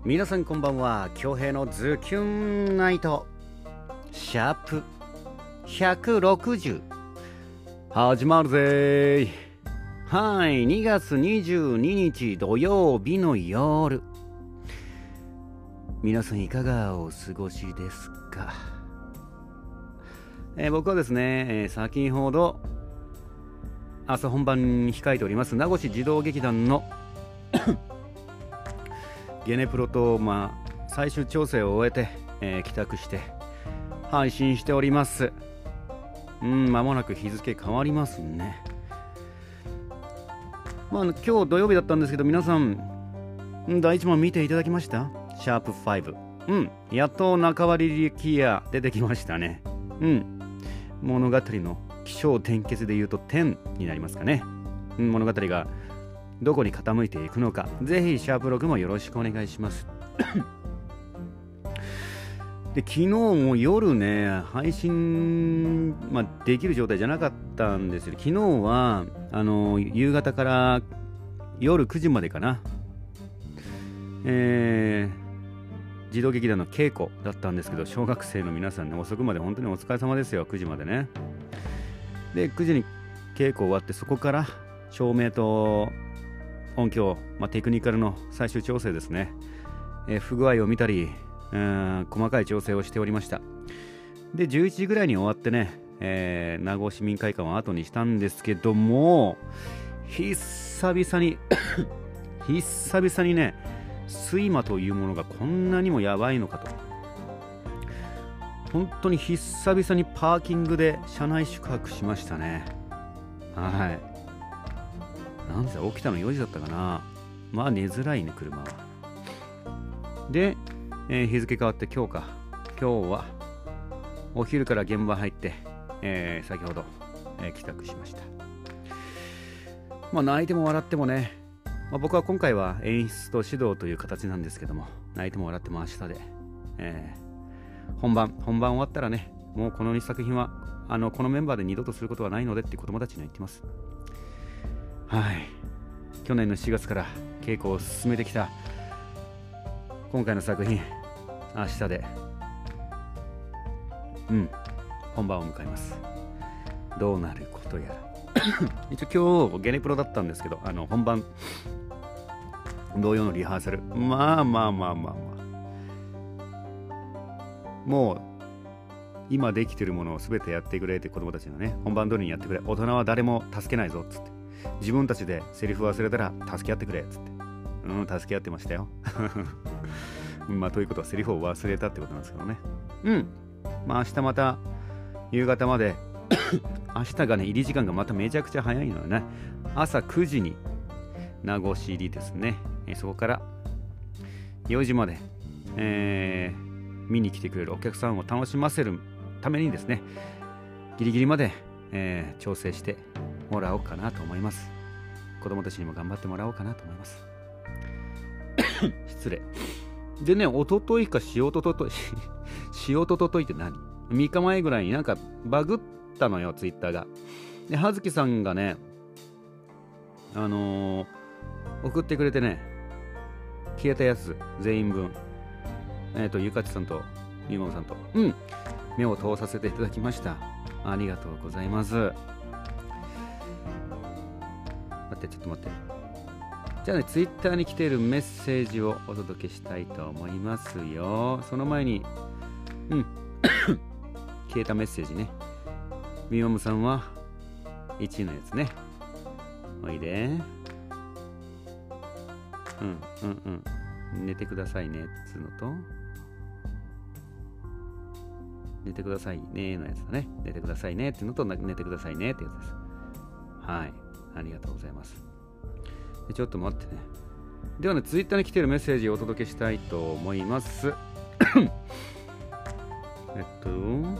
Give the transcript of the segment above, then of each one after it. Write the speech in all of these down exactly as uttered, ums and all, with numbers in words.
皆さんこんばんは。恭平のズキュンナイトシャープひゃくろくじゅう始まるぜー。はい、にがつにじゅうににち土曜日の夜、皆さんいかがお過ごしですか？えー、僕はですね、えー、先ほど朝本番に控えております名越児童劇団のゲネプロと、まあ、最終調整を終えて、えー、帰宅して配信しております。うん、間もなく日付変わりますね。まあ、今日土曜日だったんですけど、皆さん第一問見ていただきました？シャープご。うん、やっと中割力也出てきましたね。うん、物語の起承転結で言うとじゅうになりますかね。うん、物語がどこに傾いていくのか、ぜひシャープろくもよろしくお願いしますで、昨日も夜ね配信、まあ、できる状態じゃなかったんですよ。昨日はあの夕方から夜くじまでかな、えー、児童劇団の稽古だったんですけど、小学生の皆さんね、遅くまで本当にお疲れ様ですよ。くじまでね。でくじに稽古終わって、そこから照明と音響、まあ、テクニカルの最終調整ですね、えー、不具合を見たり、うん、細かい調整をしておりました。でじゅういちじぐらいに終わってね、えー、名護市民会館を後にしたんですけども、久々に久々にね、睡魔というものがこんなにもやばいのかと。本当に久々にパーキングで車内宿泊しましたね。はい。なんで起きたのよじだったかな。まあ寝づらいね、車は。で、えー、日付変わって今日か。今日はお昼から現場入って、えー、先ほど、えー、帰宅しました。まあ泣いても笑ってもね、まあ、僕は今回は演出と指導という形なんですけども、泣いても笑っても明日で、えー、本番本番終わったらね、もうこのにさく品はあのこのメンバーで二度とすることはないのでって子供たちには言ってます。はい、去年のしがつから稽古を進めてきた今回の作品、明日でうん本番を迎えます。どうなることやら一応今日ゲネプロだったんですけど、あの本番同様のリハーサル、まあまあまあまあまあ、もう今できてるものを全てやってくれって子供たちがね、本番通りにやってくれ、大人は誰も助けないぞっつって、自分たちでセリフ忘れたら助け合ってくれっつって、うん、助け合ってましたよまあということはセリフを忘れたってことなんですけどね。うん、まあ明日また夕方まで明日がね、入り時間がまためちゃくちゃ早いのよね。朝くじに名護市入りですね。えそこからよじまで、えー、見に来てくれるお客さんを楽しませるためにですね、ギリギリまで、えー、調整してもらおうかなと思います。子供たちにも頑張ってもらおうかなと思います失礼でね、おとといかしおととといしおととといって何？みっかまえぐらいになんかバグったのよ、ツイッターが。で、葉月さんがね、あのー、送ってくれてね、消えたやつ全員分、えっ、ー、とゆかちさんとみももさんと、うん、目を通させていただきました。ありがとうございます。待って、ちょっと待って。じゃあね、ツイッターに来ているメッセージをお届けしたいと思いますよ。その前に、うん消えたメッセージね。みももさんはいちいのやつね。おいで。うんうんうん。寝てくださいねっつうのと、寝てくださいねのやつだね。寝てくださいねっていうのと、寝てくださいねってやつです。はい。ありがとうございます。でちょっと待ってね。ではね、ツイッターに来ているメッセージをお届けしたいと思いますえっと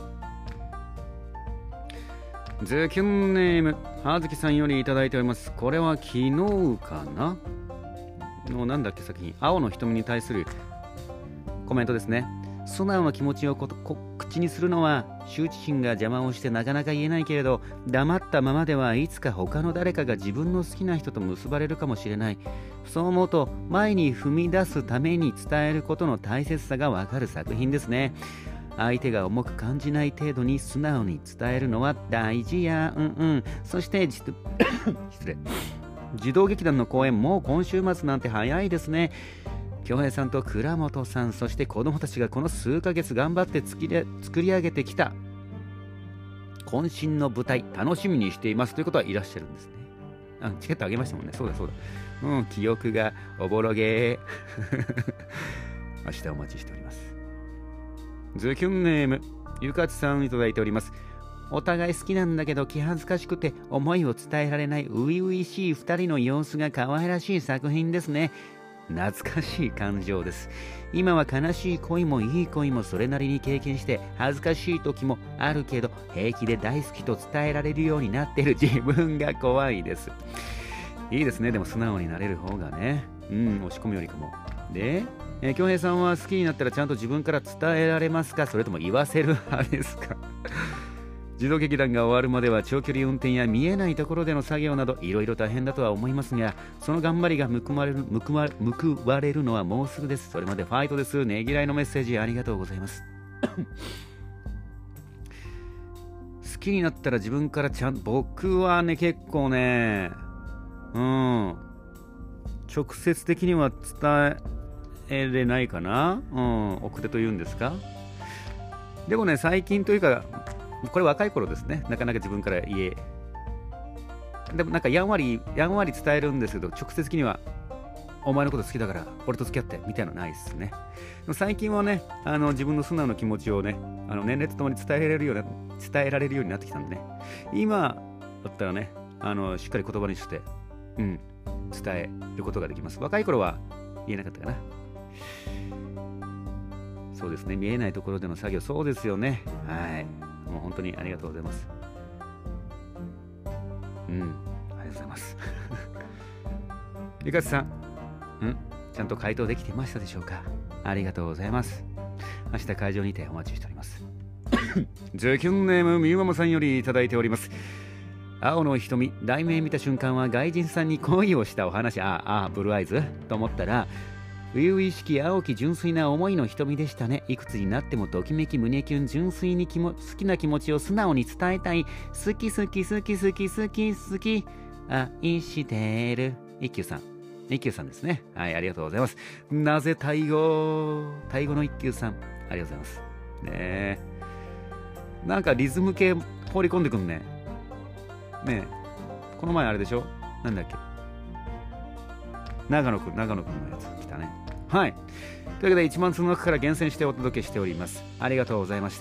ズキュンネームはずきさんよりいただいております。これは昨日かなの、なんだっけ作品、青の瞳に対するコメントですね。 素直な気持ちをことこ口にするのは羞恥心が邪魔をしてなかなか言えないけれど、黙ったままではいつか他の誰かが自分の好きな人と結ばれるかもしれない。そう思うと前に踏み出すために伝えることの大切さがわかる作品ですね。相手が重く感じない程度に素直に伝えるのは大事や。うんうん。そして失礼児童劇団の公演、もう今週末なんて早いですね。京平さんと倉本さん、そして子供たちがこの数ヶ月頑張って作り、作り上げてきた渾身の舞台、楽しみにしていますということはいらっしゃるんですね。あ、チケットあげましたもんね。そうだそうだ。うん、記憶がおぼろげー。明日お待ちしております。ズキュンネーム、ゆかちさんいただいております。お互い好きなんだけど気恥ずかしくて思いを伝えられない初々しい二人の様子が可愛らしい作品ですね。懐かしい感情です。今は悲しい恋もいい恋もそれなりに経験して恥ずかしい時もあるけど、平気で大好きと伝えられるようになっている自分が怖いです。いいですね。でも素直になれる方がね。うん、押し込むよりかも。で、えー、京平さんは好きになったらちゃんと自分から伝えられますか、それとも言わせる派ですか？児童劇団が終わるまでは長距離運転や見えないところでの作業などいろいろ大変だとは思いますが、その頑張りが報われる、報わ報われるのはもうすぐです。それまでファイトです。ねぎらいのメッセージありがとうございます。好きになったら自分からちゃんと、僕はね結構ね、うん直接的には伝えれないかな。うん、奥手というんですか。でもね、最近というかこれ若い頃ですね、なかなか自分から言え、でもなんかやんわりやんわり伝えるんですけど、直接的にはお前のこと好きだから俺と付き合ってみたいなのないですね。でも最近はね、あの自分の素直な気持ちをね、あの年齢とともに伝えられるような伝えられるようになってきたんでね、今だったらね、あのしっかり言葉にして、うん、伝えることができます。若い頃は言えなかったかな。そうですね、見えないところでの作業、そうですよね。はい、もう本当にありがとうございます。うん、ありがとうございます。リカツさん、うん、ちゃんと回答できていましたでしょうか？ありがとうございます。明日会場にてお待ちしております。ズキュンネームみゆママさんよりいただいております。青の瞳、題名見た瞬間は外人さんに恋をしたお話、ああ、ブルーアイズと思ったら、初々しき青き純粋な思いの瞳でしたね。いくつになってもときめき胸キュン、純粋にきも好きな気持ちを素直に伝えたい。好き好き好き好き好き好き愛してる。一休さん、一休さんですね。はい、ありがとうございます。なぜタイ語タイ語の一休さん、ありがとうございますね。えなんかリズム系放り込んでくんね。ねえ、この前あれでしょ、なんだっけ、長野くん、長野くんのやつ来たね。はい。というわけでいちまんつの中から厳選してお届けしております。ありがとうございました。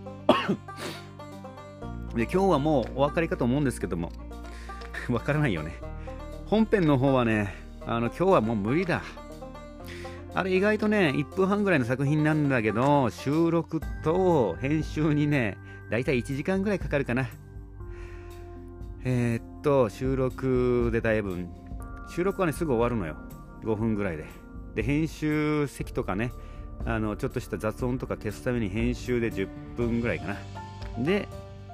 で、今日はもうお分かりかと思うんですけども、分からないよね。本編の方はね、あの今日はもう無理だ。あれ意外とね、いっぷんはんぐらいの作品なんだけど、収録と編集にね、だいたいいちじかんぐらいかかるかな。えー、っと、収録でだいぶ、収録はね、すぐ終わるのよ。ごふんぐらいで。で、編集席とかね、あの、ちょっとした雑音とか消すために編集でじゅっぷんぐらいかな。で、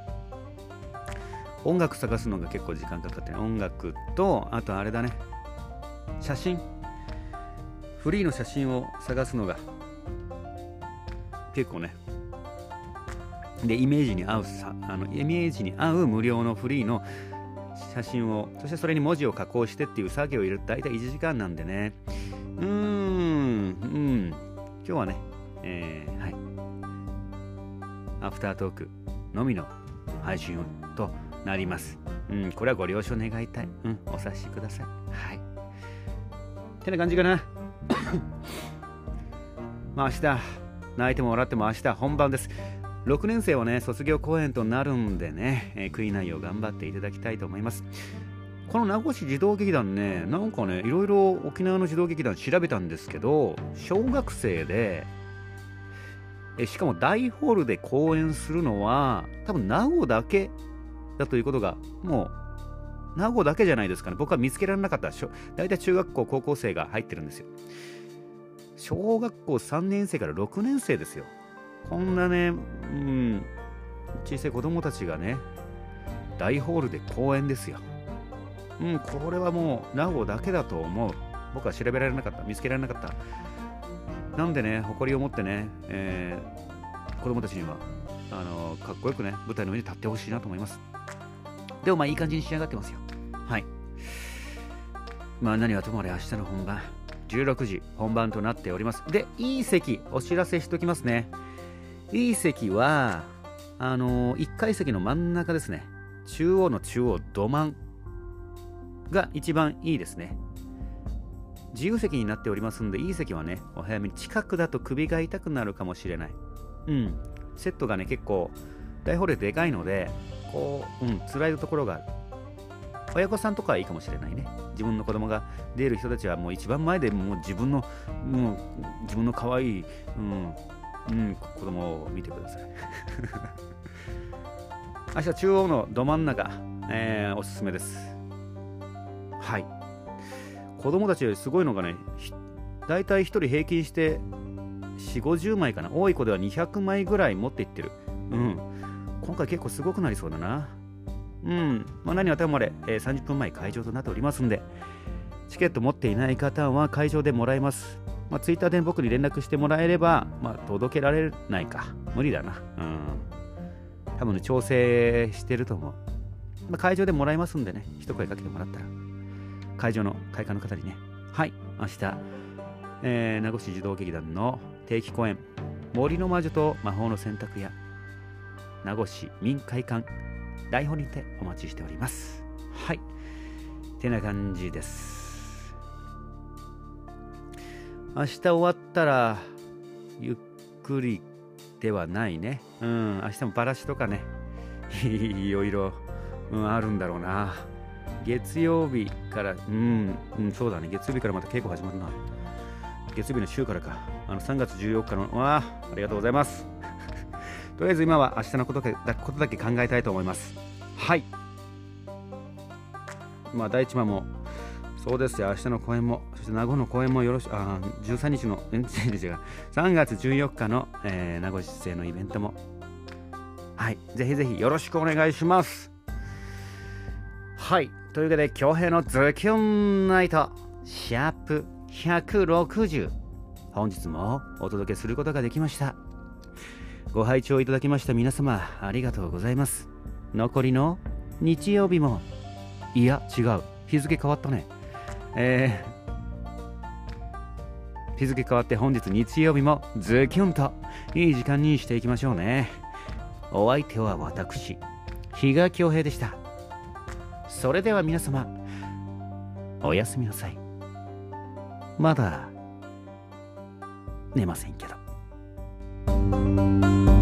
音楽探すのが結構時間かかってね、音楽と、あとあれだね、写真。フリーの写真を探すのが結構ね、でイメージに合うさあのイメージに合う無料のフリーの写真を、そしてそれに文字を加工してっていう作業を入れると大体いちじかんなんでね、うーんうん今日はね、えー、はいアフタートークのみの配信となります。うん、これはご了承願いたい。うん、お察しください。はい。ってな感じかな。まあ明日泣いても笑っても明日本番です。ろくねん生はね卒業公演となるんでね、えー、悔いないよう頑張っていただきたいと思います。この名護市児童劇団ね、なんかねいろいろ沖縄の児童劇団調べたんですけど、小学生でえしかも大ホールで公演するのは多分名護だけだということが、もう名護だけじゃないですかね。僕は見つけられなかった。だいたい中学校高校生が入ってるんですよ。 小学校さんねん生からろくねん生ですよ。こんなね、うん、小さい子供たちがね、大ホールで公演ですよ。うん、これはもう名護だけだと思う。僕は調べられなかった、見つけられなかった。なんでね、誇りを持ってね、えー、子供たちにはあのかっこよくね、舞台の上に立ってほしいなと思います。でもまあいい感じに仕上がってますよ。はい。まあ何はともあれ明日の本番、じゅうろくじ本番となっております。で、いい席、お知らせしときますね。いい席は、あのー、いっかい席の真ん中ですね。中央の中央、ど真んが一番いいですね。自由席になっておりますんで、いい席はね、お早めに。近くだと首が痛くなるかもしれない。うん。セットがね、結構、大ホールででかいので、こう、うん、辛いところがある。親御さんとかはいいかもしれないね。自分の子供が出る人たちはもう一番前でもう自分の、もう自分の可愛い、うん、うん、子供を見てください。明日中央のど真ん中、えー、おすすめです。はい。子供たちすごいのがね、だいたいひとり平均してよんじゅう、ごじゅうまいかな。多い子ではにひゃくまいぐらい持っていってる。うん。今回結構すごくなりそうだな。うん。まあ何はともあれ、えー、さんじゅっぷんまえ会場となっておりますんで、チケット持っていない方は会場でもらえます。まあ、ツイッターで僕に連絡してもらえれば、まあ、届けられないか。無理だな。うん。多分ね、調整してると思う。まあ、会場でもらえますんでね、一声かけてもらったら。会場の会館の方にね。はい、明日、えー、名護市児童劇団の定期公演、森の魔女と魔法の選択や、名護市民会館、大本にてお待ちしております。はい。てな感じです。明日終わったらゆっくりではないね。うん、明日もバラシとかね、いろいろ、うん、あるんだろうな。月曜日から、うん、うん、そうだね、月曜日からまた稽古始まるな。月曜日の週からか。あのさんがつじゅうよっかの、わあ、ありがとうございます。とりあえず今は明日のことだことだけ考えたいと思います。はい。まあ、第一番も、そうですよ、明日の公演も、そして名護の公演もよろしあじゅうさんにちの、さんがつじゅうよっかの、えー、名護市政のイベントも、はい、ぜひぜひよろしくお願いします。はい、というわけで、恭平のズキュンナイト、シャープひゃくろくじゅう、本日もお届けすることができました。ご拝聴いただきました皆様、ありがとうございます。残りの日曜日も、いや、違う、日付変わったね。えー、日付変わって本日日曜日もズキュンといい時間にしていきましょうね。お相手は私、比嘉恭平でした。それでは皆様、おやすみなさい。まだ寝ませんけど。